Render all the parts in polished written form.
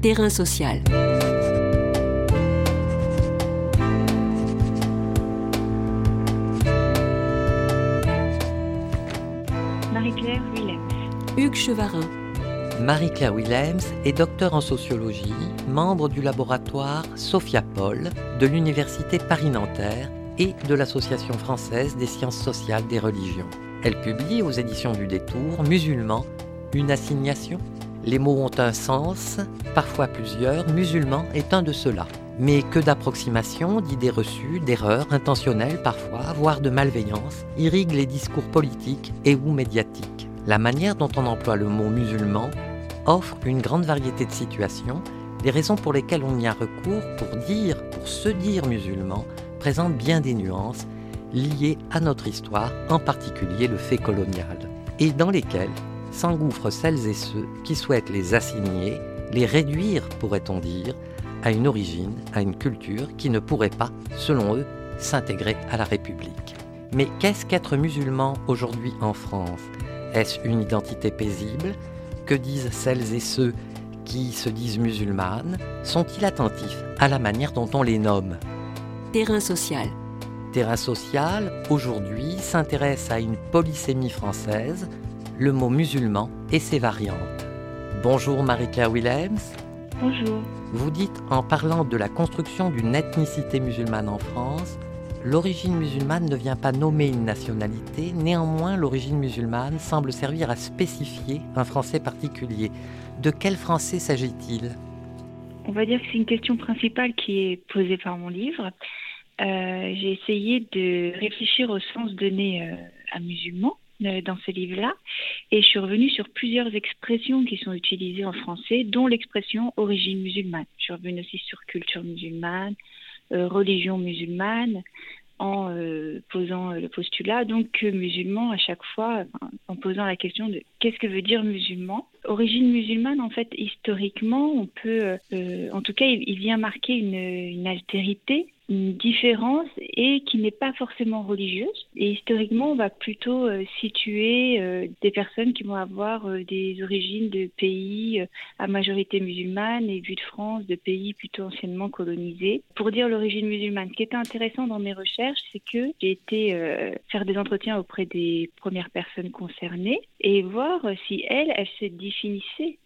Terrain social. Marie-Claire Willems. Hugues Chevarin. Marie-Claire Willems est docteure en sociologie, membre du laboratoire Sophia Paul de l'Université Paris-Nanterre et de l'Association française des sciences sociales des religions. Elle publie aux éditions du Détour Musulman, une assignation. Les mots ont un sens, parfois plusieurs, musulman est un de ceux-là. Mais que d'approximations, d'idées reçues, d'erreurs intentionnelles parfois, voire de malveillance, irriguent les discours politiques et ou médiatiques. La manière dont on emploie le mot musulman offre une grande variété de situations. Les raisons pour lesquelles on y a recours pour se dire musulman présentent bien des nuances liées à notre histoire, en particulier le fait colonial, et dans lesquelles s'engouffrent celles et ceux qui souhaitent les assigner, les réduire, pourrait-on dire, à une origine, à une culture qui ne pourrait pas, selon eux, s'intégrer à la République. Mais qu'est-ce qu'être musulman aujourd'hui en France ? Est-ce une identité paisible ? Que disent celles et ceux qui se disent musulmanes ? Sont-ils attentifs à la manière dont on les nomme ? Terrain social. Terrain social, aujourd'hui, s'intéresse à une polysémie française, le mot musulman et ses variantes. Bonjour Marie-Claire Willems. Bonjour. Vous dites, en parlant de la construction d'une ethnicité musulmane en France, l'origine musulmane ne vient pas nommer une nationalité, néanmoins l'origine musulmane semble servir à spécifier un français particulier. De quel français s'agit-il ? On va dire que c'est une question principale qui est posée par mon livre. J'ai essayé de réfléchir au sens donné à musulman dans ce livre-là, et je suis revenue sur plusieurs expressions qui sont utilisées en français, dont l'expression origine musulmane. Je suis revenue aussi sur culture musulmane, religion musulmane, en posant le postulat, donc musulman à chaque fois, en posant la question de qu'est-ce que veut dire musulman. Origine musulmane, en fait, historiquement, on peut, en tout cas, il vient marquer une altérité, une différence, et qui n'est pas forcément religieuse. Et historiquement, on va plutôt situer des personnes qui vont avoir des origines de pays à majorité musulmane et vu de France, de pays plutôt anciennement colonisés. Pour dire l'origine musulmane, ce qui était intéressant dans mes recherches, c'est que j'ai été faire des entretiens auprès des premières personnes concernées et voir si elles se définissaient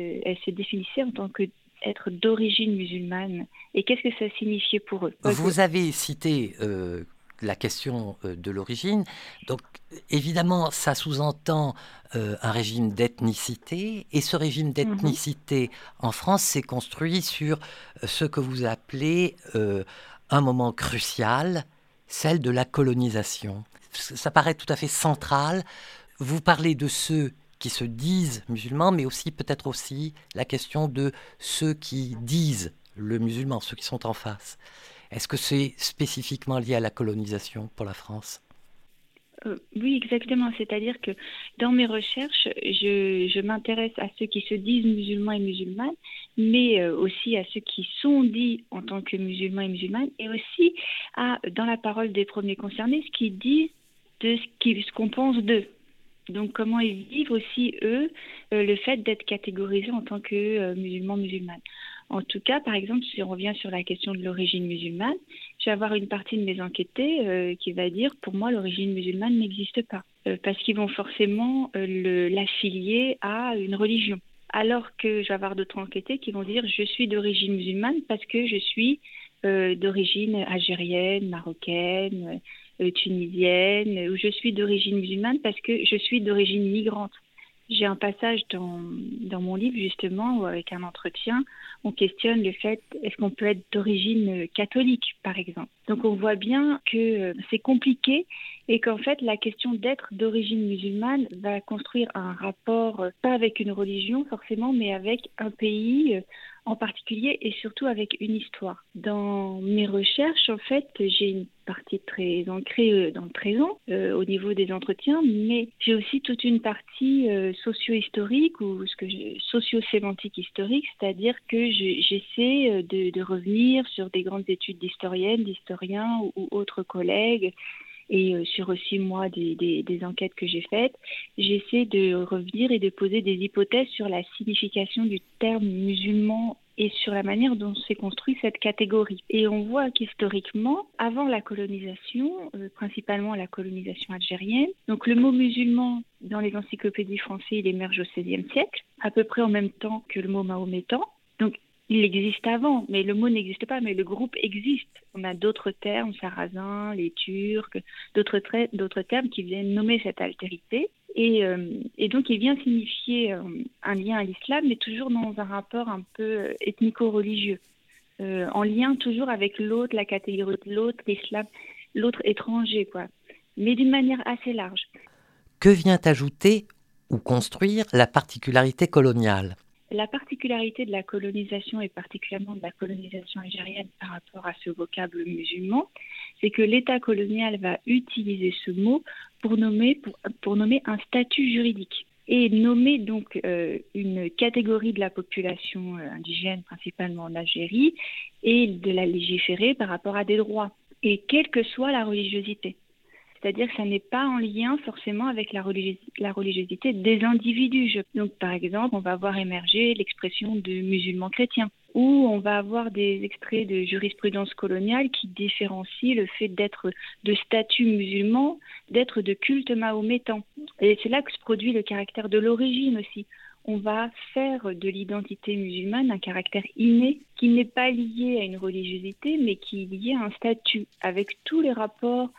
en tant que être d'origine musulmane et qu'est-ce que ça signifiait pour eux. Vous avez cité la question de l'origine, donc évidemment ça sous-entend un régime d'ethnicité, et ce régime d'ethnicité en France s'est construit sur ce que vous appelez un moment crucial, celle de la colonisation. Ça paraît tout à fait central. Vous parlez de ceux qui se disent musulmans, mais aussi peut-être aussi la question de ceux qui disent le musulman, ceux qui sont en face. Est-ce que c'est spécifiquement lié à la colonisation pour la France ? Oui, exactement. C'est-à-dire que dans mes recherches, je m'intéresse à ceux qui se disent musulmans et musulmanes, mais aussi à ceux qui sont dits en tant que musulmans et musulmanes, et aussi dans la parole des premiers concernés, ce qu'ils disent de ce qu'on pense d'eux. Donc, comment ils vivent aussi, eux, le fait d'être catégorisés en tant que musulmans, musulmanes. En tout cas, par exemple, si on revient sur la question de l'origine musulmane, je vais avoir une partie de mes enquêtés qui va dire, pour moi, l'origine musulmane n'existe pas. Parce qu'ils vont forcément l'affilier à une religion. Alors que je vais avoir d'autres enquêtés qui vont dire, je suis d'origine musulmane parce que je suis d'origine algérienne, marocaine, tunisienne, ou je suis d'origine musulmane parce que je suis d'origine migrante. J'ai un passage dans mon livre, justement, où avec un entretien, on questionne le fait, est-ce qu'on peut être d'origine catholique, par exemple. Donc on voit bien que c'est compliqué et qu'en fait, la question d'être d'origine musulmane va construire un rapport, pas avec une religion forcément, mais avec un pays en particulier et surtout avec une histoire. Dans mes recherches, en fait, j'ai une partie très ancrée dans le présent au niveau des entretiens, mais j'ai aussi toute une partie socio-historique ou socio-sémantique historique, c'est-à-dire que j'essaie de revenir sur des grandes études d'historiennes, d'historiens ou autres collègues, et sur aussi moi des enquêtes que j'ai faites, j'essaie de revenir et de poser des hypothèses sur la signification du terme musulman et sur la manière dont s'est construite cette catégorie. Et on voit qu'historiquement, avant la colonisation, principalement la colonisation algérienne, donc le mot musulman dans les encyclopédies françaises, il émerge au XVIe siècle, à peu près en même temps que le mot mahométan. Donc il existe avant, mais le mot n'existe pas, mais le groupe existe. On a d'autres termes, sarrasins, les Turcs, d'autres termes qui viennent nommer cette altérité. Et donc, il vient signifier un lien à l'islam, mais toujours dans un rapport un peu ethnico-religieux, en lien toujours avec l'autre, la catégorie de l'autre, l'islam, l'autre étranger, quoi, mais d'une manière assez large. Que vient ajouter ou construire la particularité coloniale ? La particularité de la colonisation, et particulièrement de la colonisation algérienne par rapport à ce vocable musulman, c'est que l'État colonial va utiliser ce mot pour nommer un statut juridique et nommer donc une catégorie de la population indigène, principalement en Algérie, et de la légiférer par rapport à des droits, et quelle que soit la religiosité. C'est-à-dire que ça n'est pas en lien forcément avec la religiosité des individus. Donc, par exemple, on va voir émerger l'expression de musulmans chrétiens, ou on va avoir des extraits de jurisprudence coloniale qui différencient le fait d'être de statut musulman, d'être de culte mahométan. Et c'est là que se produit le caractère de l'origine aussi. On va faire de l'identité musulmane un caractère inné qui n'est pas lié à une religiosité, mais qui est lié à un statut, avec tous les rapports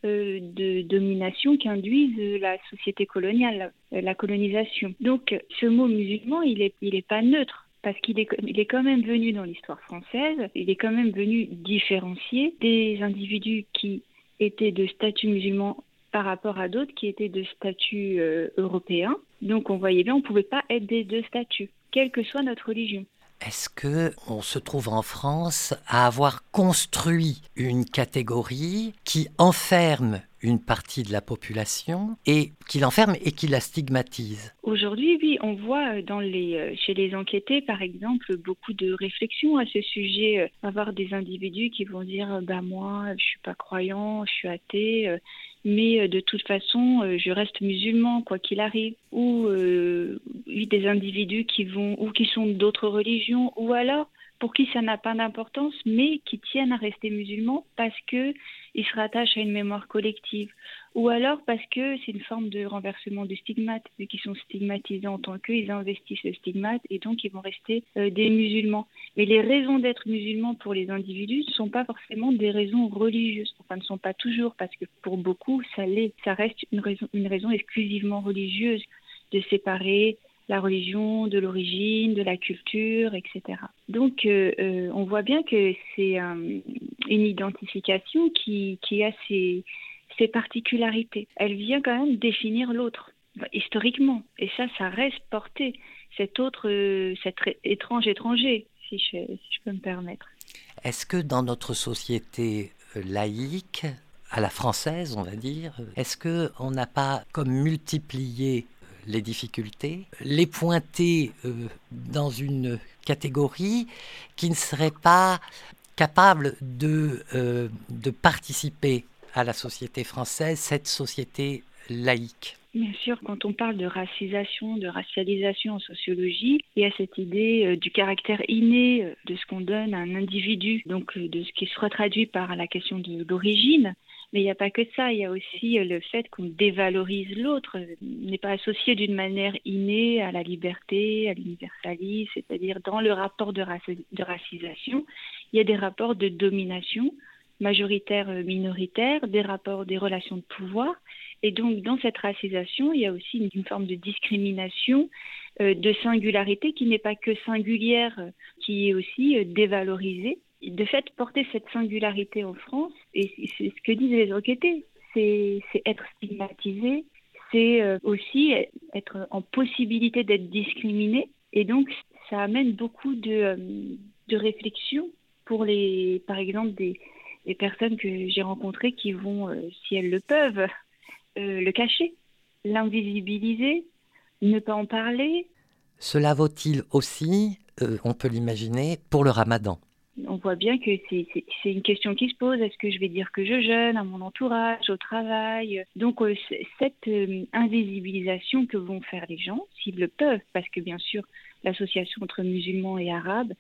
de domination qu'induisent la société coloniale, la colonisation. Donc, ce mot musulman, il est pas neutre, parce qu'il est quand même venu dans l'histoire française, il est quand même venu différencier des individus qui étaient de statut musulman par rapport à d'autres qui étaient de statut européen. Donc, on voyait bien, on ne pouvait pas être des deux statuts, quelle que soit notre religion. Est-ce qu'on se trouve en France à avoir construit une catégorie qui enferme une partie de la population et qui l'enferme et qui la stigmatise ? Aujourd'hui, oui, on voit chez les enquêtés, par exemple, beaucoup de réflexions à ce sujet. Avoir des individus qui vont dire « moi, je suis pas croyant, je suis athée ». Mais de toute façon, je reste musulman, quoi qu'il arrive. Ou des individus qui sont d'autres religions, ou alors pour qui ça n'a pas d'importance, mais qui tiennent à rester musulmans parce qu'ils se rattachent à une mémoire collective. Ou alors parce que c'est une forme de renversement du stigmate, vu qu'ils sont stigmatisés en tant qu'eux, ils investissent le stigmate et donc ils vont rester des musulmans. Mais les raisons d'être musulmans pour les individus ne sont pas forcément des raisons religieuses. Enfin, ne sont pas toujours, parce que pour beaucoup, ça l'est. Ça reste une raison exclusivement religieuse de séparer la religion de l'origine, de la culture, etc. Donc, on voit bien que c'est une identification qui a ses particularités. Elle vient quand même définir l'autre, historiquement. Et ça reste porté, cet étrange étranger, si je peux me permettre. Est-ce que dans notre société laïque, à la française, on va dire, est-ce qu'on n'a pas comme multiplié les difficultés, les pointer dans une catégorie qui ne serait pas capable de participer à la société française, cette société laïque? Bien sûr, quand on parle de racisation, de racialisation en sociologie, il y a cette idée du caractère inné de ce qu'on donne à un individu, donc de ce qui sera traduit par la question de l'origine. Mais il n'y a pas que ça, il y a aussi le fait qu'on dévalorise l'autre, n'est pas associé d'une manière innée à la liberté, à l'universalisme, c'est-à-dire dans le rapport de racisation, il y a des rapports de domination majoritaire-minoritaire, des relations de pouvoir. Et donc, dans cette racisation, il y a aussi une forme de discrimination, de singularité qui n'est pas que singulière, qui est aussi dévalorisée. De fait, porter cette singularité en France, et c'est ce que disent les enquêtés, c'est être stigmatisé, c'est aussi être en possibilité d'être discriminé. Et donc, ça amène beaucoup de réflexion pour par exemple, des personnes que j'ai rencontrées qui vont, si elles le peuvent, le cacher, l'invisibiliser, ne pas en parler. Cela vaut-il aussi, on peut l'imaginer, pour le ramadan? On voit bien que c'est une question qui se pose. Est-ce que je vais dire que je jeûne à mon entourage, au travail? Donc, cette invisibilisation que vont faire les gens, s'ils le peuvent, parce que bien sûr, l'association entre musulmans et arabes,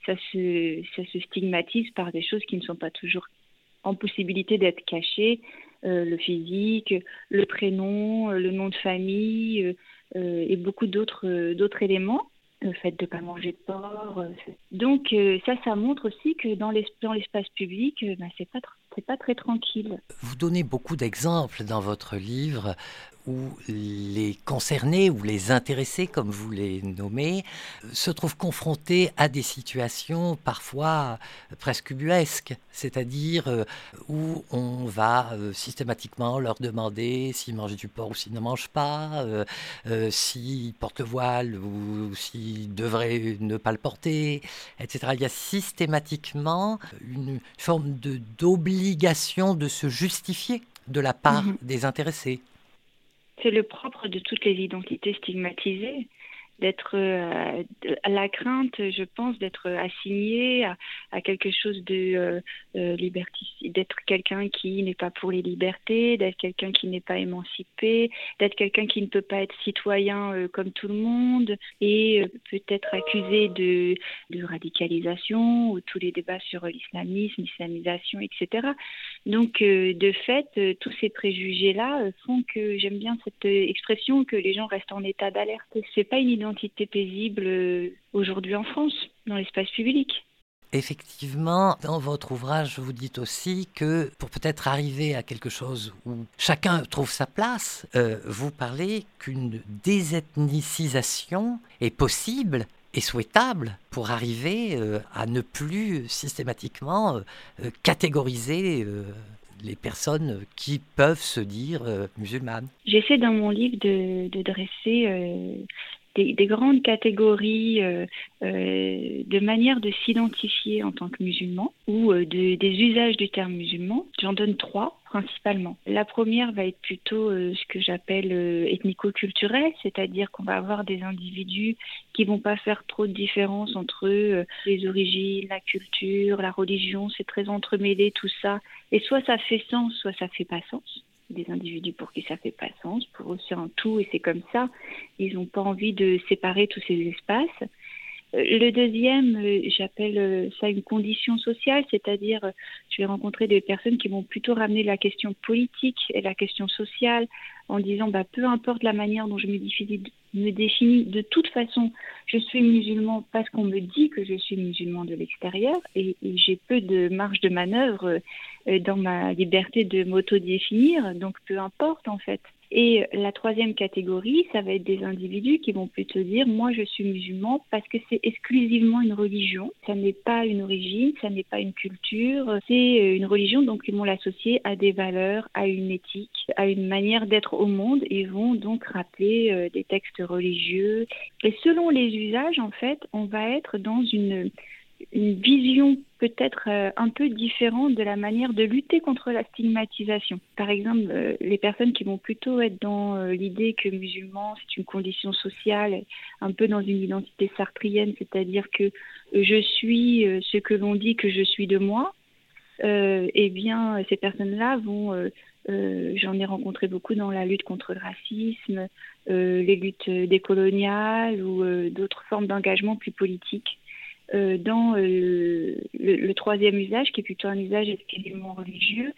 ça se stigmatise par des choses qui ne sont pas toujours en possibilité d'être cachées, le physique, le prénom, le nom de famille et beaucoup d'autres éléments. Le fait de ne pas manger de porc. Donc ça montre aussi que dans l'espace public, c'est pas très tranquille. Vous donnez beaucoup d'exemples dans votre livre où les concernés ou les intéressés, comme vous les nommez, se trouvent confrontés à des situations parfois presque ubuesques, c'est-à-dire où on va systématiquement leur demander s'ils mangent du porc ou s'ils ne mangent pas, s'ils portent le voile ou s'ils devraient ne pas le porter, etc. Il y a systématiquement une forme d'obligation de se justifier de la part des intéressés. C'est le propre de toutes les identités stigmatisées, d'être à la crainte, je pense, d'être assigné à quelque chose de liberticide, d'être quelqu'un qui n'est pas pour les libertés, d'être quelqu'un qui n'est pas émancipé, d'être quelqu'un qui ne peut pas être citoyen comme tout le monde et peut-être accusé de radicalisation ou tous les débats sur l'islamisme, l'islamisation, etc. Donc, de fait, tous ces préjugés-là font que j'aime bien cette expression que les gens restent en état d'alerte. C'est pas une identité paisible aujourd'hui en France, dans l'espace public. Effectivement, dans votre ouvrage, vous dites aussi que pour peut-être arriver à quelque chose où chacun trouve sa place, vous parlez qu'une désethnicisation est possible et souhaitable pour arriver à ne plus systématiquement catégoriser les personnes qui peuvent se dire musulmanes. J'essaie dans mon livre de dresser des grandes catégories de manière de s'identifier en tant que musulman ou des usages du terme musulman. J'en donne 3 principalement. La première va être plutôt ce que j'appelle ethnico-culturel, c'est-à-dire qu'on va avoir des individus qui vont pas faire trop de différence entre les origines, la culture, la religion, c'est très entremêlé tout ça. Et soit ça fait sens, soit ça fait pas sens. Des individus pour qui ça fait pas sens, pour eux c'est un tout et c'est comme ça. Ils n'ont pas envie de séparer tous ces espaces. Le deuxième, j'appelle ça une condition sociale, c'est-à-dire je vais rencontrer des personnes qui vont plutôt ramener la question politique et la question sociale en disant peu importe la manière dont je me définis, de toute façon, je suis musulman parce qu'on me dit que je suis musulman de l'extérieur et j'ai peu de marge de manœuvre dans ma liberté de m'autodéfinir, donc peu importe en fait. Et la troisième catégorie, ça va être des individus qui vont plutôt dire « moi je suis musulman parce que c'est exclusivement une religion, ça n'est pas une origine, ça n'est pas une culture, c'est une religion donc ils vont l'associer à des valeurs, à une éthique, à une manière d'être au monde et vont donc rappeler des textes religieux. Et selon les usages en fait, on va être dans une vision peut-être un peu différente de la manière de lutter contre la stigmatisation. Par exemple, les personnes qui vont plutôt être dans l'idée que musulman, c'est une condition sociale, un peu dans une identité sartrienne, c'est-à-dire que je suis ce que l'on dit que je suis de moi, eh bien, ces personnes-là vont... j'en ai rencontré beaucoup dans la lutte contre le racisme, les luttes décoloniales ou d'autres formes d'engagement plus politiques. Dans le troisième usage, qui est plutôt un usage exclusivement religieux,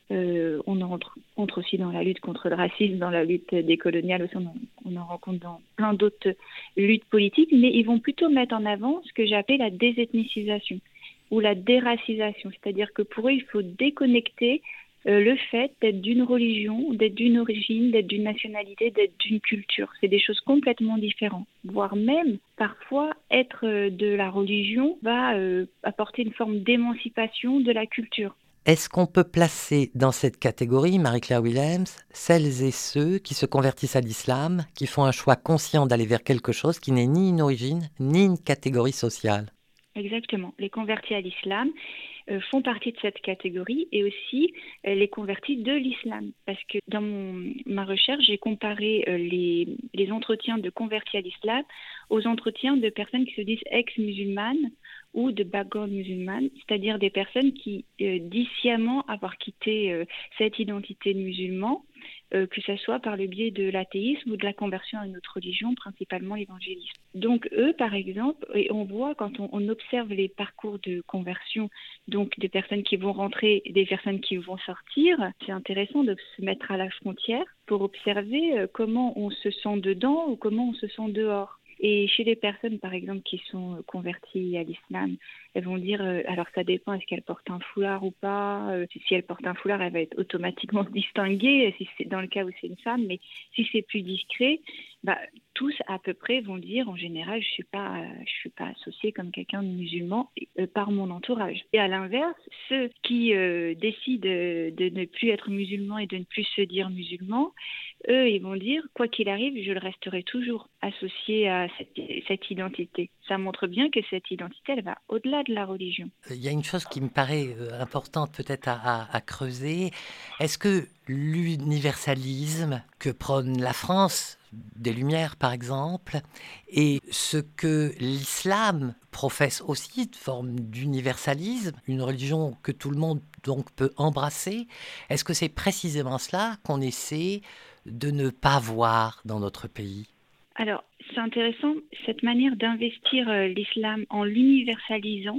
on en rencontre aussi dans la lutte contre le racisme, dans la lutte décoloniale aussi, on en rencontre dans plein d'autres luttes politiques, mais ils vont plutôt mettre en avant ce que j'appelle la désethnicisation ou la déracisation, c'est-à-dire que pour eux, il faut déconnecter le fait d'être d'une religion, d'être d'une origine, d'être d'une nationalité, d'être d'une culture. C'est des choses complètement différentes. Voire même, parfois, être de la religion va apporter une forme d'émancipation de la culture. Est-ce qu'on peut placer dans cette catégorie, Marie-Claire Wilhelms, celles et ceux qui se convertissent à l'islam, qui font un choix conscient d'aller vers quelque chose qui n'est ni une origine, ni une catégorie sociale ? Exactement. Les convertis à l'islam font partie de cette catégorie et aussi les convertis de l'islam. Parce que dans ma recherche, j'ai comparé les entretiens de convertis à l'islam aux entretiens de personnes qui se disent ex-musulmanes ou de background musulmane, c'est-à-dire des personnes qui disent sciemment avoir quitté cette identité de musulman que ce soit par le biais de l'athéisme ou de la conversion à une autre religion, principalement l'évangélisme. Donc eux, par exemple, et on voit quand on observe les parcours de conversion, donc des personnes qui vont rentrer, des personnes qui vont sortir, c'est intéressant de se mettre à la frontière pour observer comment on se sent dedans ou comment on se sent dehors. Et chez les personnes, par exemple, qui sont converties à l'islam, elles vont dire, alors ça dépend, est-ce qu'elle porte un foulard ou pas. Si elle porte un foulard, elle va être automatiquement distinguée, si c'est dans le cas où c'est une femme. Mais si c'est plus discret, tous à peu près vont dire, en général, je suis pas associée comme quelqu'un de musulman par mon entourage. Et à l'inverse, ceux qui décident de ne plus être musulmans et de ne plus se dire musulmans, eux, ils vont dire, quoi qu'il arrive, je le resterai toujours associé à cette identité. Ça montre bien que cette identité, elle va au-delà de la religion. Il y a une chose qui me paraît importante peut-être à creuser. Est-ce que l'universalisme que prône la France, des Lumières par exemple, et ce que l'islam professe aussi, de forme d'universalisme, une religion que tout le monde donc peut embrasser, est-ce que c'est précisément cela qu'on essaie de ne pas voir dans notre pays? Alors, c'est intéressant, cette manière d'investir l'islam en l'universalisant,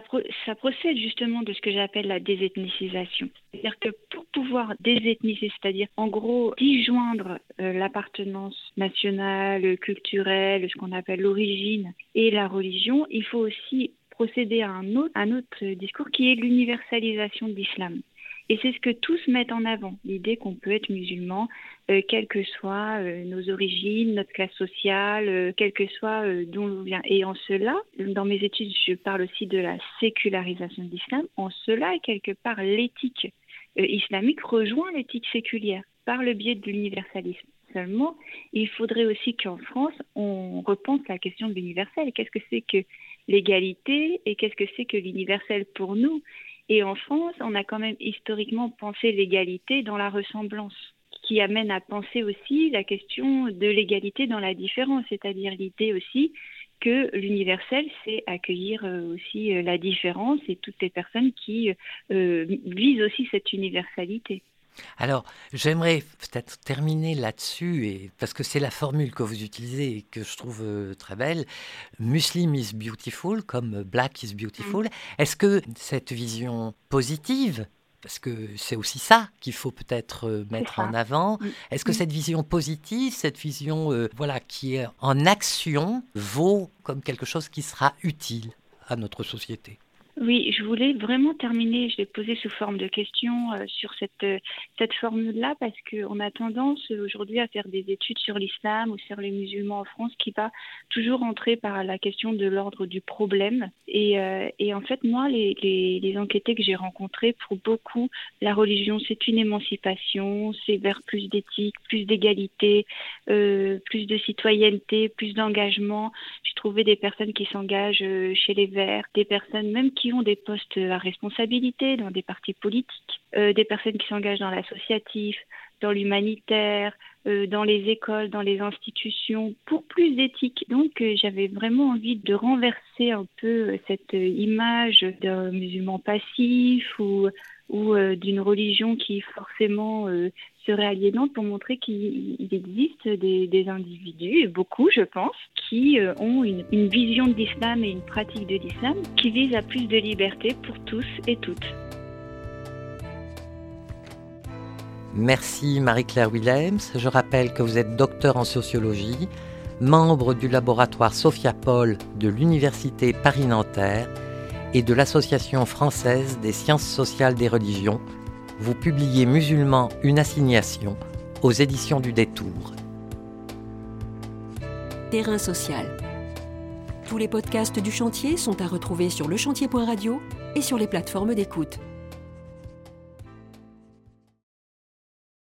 ça procède justement de ce que j'appelle la désethnicisation. C'est-à-dire que pour pouvoir désethniser, c'est-à-dire en gros disjoindre l'appartenance nationale, culturelle, ce qu'on appelle l'origine et la religion, il faut aussi procéder à un autre discours qui est l'universalisation de l'islam. Et c'est ce que tous mettent en avant, l'idée qu'on peut être musulman, quelles que soient nos origines, notre classe sociale, quel que soit d'où on vient. Et en cela, dans mes études, je parle aussi de la sécularisation de l'islam. En cela, quelque part, l'éthique islamique rejoint l'éthique séculière par le biais de l'universalisme. Seulement, il faudrait aussi qu'en France, on repense la question de l'universel. Qu'est-ce que c'est que l'égalité et qu'est-ce que c'est que l'universel pour nous ? Et en France, on a quand même historiquement pensé l'égalité dans la ressemblance, qui amène à penser aussi la question de l'égalité dans la différence, c'est-à-dire l'idée aussi que l'universel, c'est accueillir aussi la différence et toutes les personnes qui visent aussi cette universalité. Alors, j'aimerais peut-être terminer là-dessus, parce que c'est la formule que vous utilisez et que je trouve très belle. Muslim is beautiful, comme Black is beautiful. Est-ce que cette vision positive, parce que c'est aussi ça qu'il faut peut-être mettre en avant, est-ce que cette vision positive, cette vision qui est en action, vaut comme quelque chose qui sera utile à notre société ? Oui, je voulais vraiment terminer, je l'ai posé sous forme de question sur cette formule-là parce qu'on a tendance aujourd'hui à faire des études sur l'islam ou sur les musulmans en France qui va toujours entrer par la question de l'ordre du problème. Et en fait, moi, les enquêtés que j'ai rencontrés, pour beaucoup, la religion, c'est une émancipation, c'est vers plus d'éthique, plus d'égalité, plus de citoyenneté, plus d'engagement. J'ai trouvé des personnes qui s'engagent chez les Verts, des personnes même qui ont des postes à responsabilité dans des partis politiques, des personnes qui s'engagent dans l'associatif, dans l'humanitaire, dans les écoles, dans les institutions, pour plus d'éthique. Donc j'avais vraiment envie de renverser un peu cette image d'un musulman passif ou d'une religion qui forcément serait aliénante, pour montrer qu'il existe des individus, et beaucoup je pense, qui ont une vision de l'islam et une pratique de l'islam qui vise à plus de liberté pour tous et toutes. Merci Marie-Claire Willems. Je rappelle que vous êtes docteur en sociologie, membre du laboratoire Sophia Paul de l'Université Paris-Nanterre et de l'Association française des sciences sociales des religions. Vous publiez Musulmans, une assignation aux éditions du Détour. Terrain social. Tous les podcasts du chantier sont à retrouver sur lechantier.radio et sur les plateformes d'écoute.